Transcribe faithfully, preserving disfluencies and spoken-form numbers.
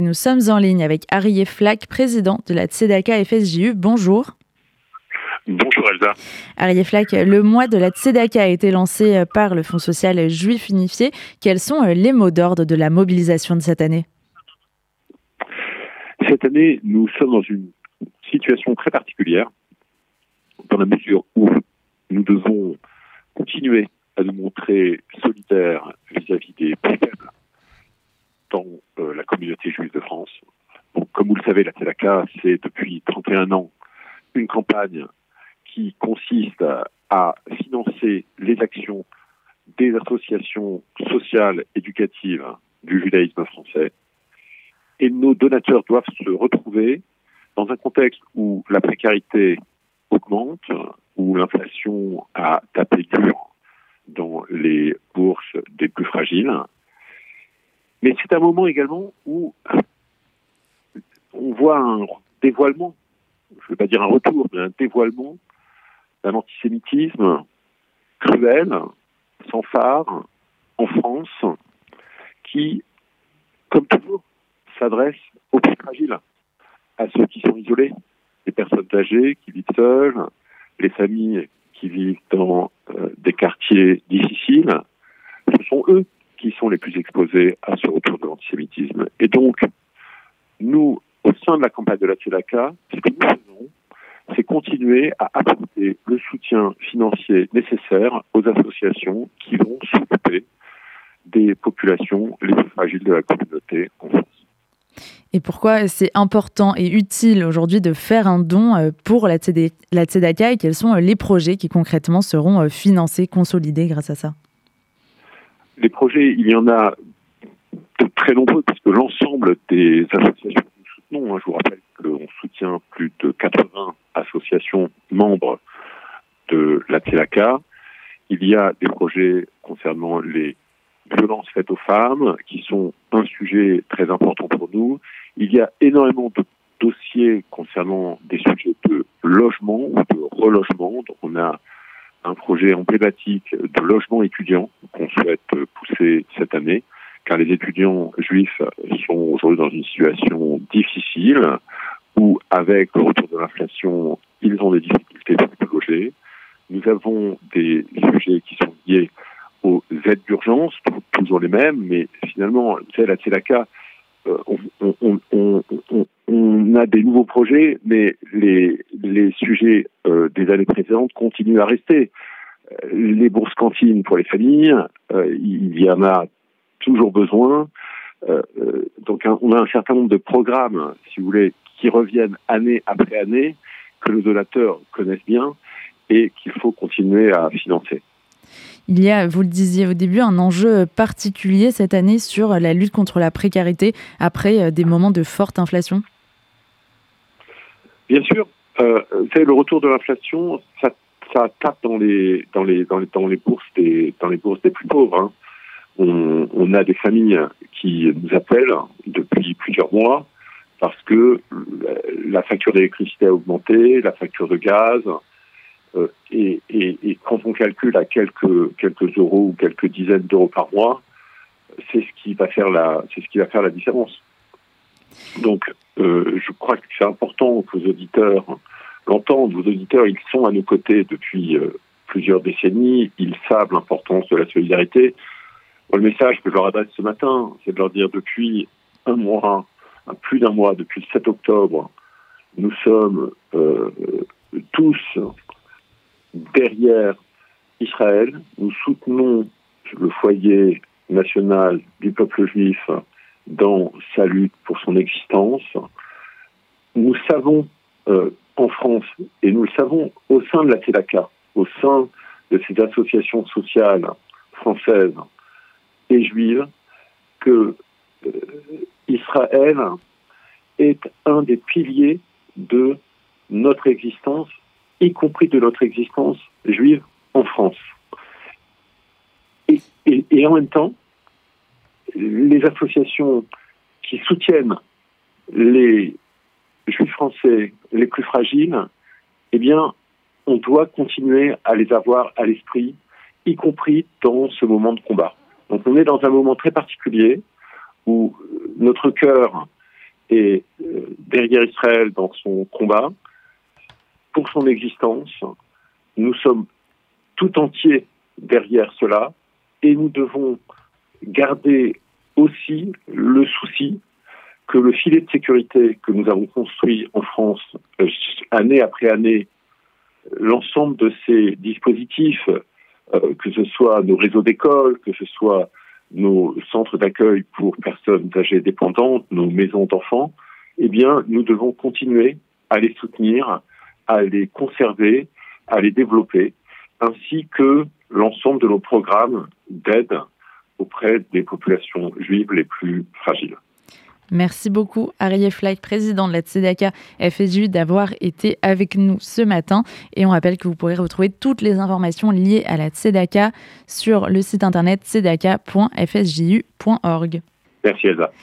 nous sommes en ligne avec Arié Flack, président de la Tzedaka F S J U. Bonjour. Bonjour Elsa. Arié Flack, le mois de la Tzedaka a été lancé par le Fonds social juif unifié. Quels sont les mots d'ordre de la mobilisation de cette année ? Cette année, nous sommes dans une situation très particulière, dans la mesure où nous devons continuer à nous montrer solidaires vis-à-vis des plus faibles dans euh, la communauté juive de France. Donc, comme vous le savez, la Tzedaka, c'est depuis trente et un ans une campagne qui consiste à, à financer les actions des associations sociales éducatives du judaïsme français. Et nos donateurs doivent se retrouver dans un contexte où la précarité augmente, où l'inflation a tapé dur dans les bourses des plus fragiles. Mais c'est un moment également où on voit un dévoilement, je ne vais pas dire un retour, mais un dévoilement d'un antisémitisme cruel, sans phare, en France, qui, comme toujours, s'adresse aux plus fragiles, à ceux qui sont isolés, les personnes âgées qui vivent seules, les familles qui vivent dans euh, des quartiers difficiles. Ce sont eux qui sont les plus exposés à ce retour de l'antisémitisme. Et donc, nous, au sein de la campagne de la Tzedaka, ce que nous faisons, c'est continuer à apporter le soutien financier nécessaire aux associations qui vont s'occuper des populations les plus fragiles de la communauté en France. Et pourquoi c'est important et utile aujourd'hui de faire un don pour la Tzedaka et quels sont les projets qui concrètement seront financés, consolidés grâce à ça ? Les projets, il y en a de très nombreux puisque l'ensemble des associations que nous soutenons, hein, je vous rappelle qu'on soutient plus de quatre-vingts associations membres de la Tzedaka. Il y a des projets concernant les violences faites aux femmes, qui sont un sujet très important pour nous. Il y a énormément de dossiers concernant des sujets de logement ou de relogement. Donc on a un projet emblématique de logement étudiant qu'on souhaite pousser cette année, car les étudiants juifs sont aujourd'hui dans une situation difficile, où avec le retour de l'inflation, ils ont des difficultés pour se loger. Nous avons des sujets qui sont liés aux aides d'urgence, toujours les mêmes, mais finalement, vous savez, la Tzedaka, euh, on, on, on, on, on a des nouveaux projets, mais les, les sujets euh, des années précédentes continuent à rester. Les bourses cantines pour les familles, euh, il y en a toujours besoin. Euh, donc, un, on a un certain nombre de programmes, si vous voulez, qui reviennent année après année, que les donateurs connaissent bien et qu'il faut continuer à financer. Il y a, vous le disiez au début, un enjeu particulier cette année sur la lutte contre la précarité après des moments de forte inflation. Bien sûr, euh, c'est le retour de l'inflation, ça, ça tape dans les dans les dans les dans les bourses des dans les bourses des plus pauvres. Hein. On, on a des familles qui nous appellent depuis plusieurs mois parce que la facture d'électricité a augmenté, la facture de gaz. Euh, et, et, et quand on calcule à quelques quelques euros ou quelques dizaines d'euros par mois, c'est ce qui va faire la c'est ce qui va faire la différence. Donc, euh, je crois que c'est important que vos auditeurs l'entendent. Vos auditeurs, ils sont à nos côtés depuis euh, plusieurs décennies. Ils savent l'importance de la solidarité. Bon, le message que je leur adresse ce matin, c'est de leur dire depuis un mois, plus d'un mois, depuis le sept octobre, nous sommes euh, tous derrière Israël. Nous soutenons le foyer national du peuple juif dans sa lutte pour son existence. Nous savons euh, en France, et nous le savons au sein de la Tzedaka, au sein de ces associations sociales françaises et juives, que euh, Israël est un des piliers de notre existence, y compris de notre existence juive en France. Et, et, et en même temps, les associations qui soutiennent les juifs français les plus fragiles, eh bien, on doit continuer à les avoir à l'esprit, y compris dans ce moment de combat. Donc on est dans un moment très particulier où notre cœur est euh, derrière Israël dans son combat, pour son existence. Nous sommes tout entiers derrière cela et nous devons garder aussi le souci que le filet de sécurité que nous avons construit en France euh, année après année, l'ensemble de ces dispositifs, euh, que ce soit nos réseaux d'écoles, que ce soit nos centres d'accueil pour personnes âgées dépendantes, nos maisons d'enfants, eh bien, nous devons continuer à les soutenir, à les conserver, à les développer, ainsi que l'ensemble de nos programmes d'aide auprès des populations juives les plus fragiles. Merci beaucoup, Aryeh Flaik, président de la Tzedaka F S J U, d'avoir été avec nous ce matin. Et on rappelle que vous pourrez retrouver toutes les informations liées à la Tzedaka sur le site internet tzedaka point f s j u point org. Merci Elsa.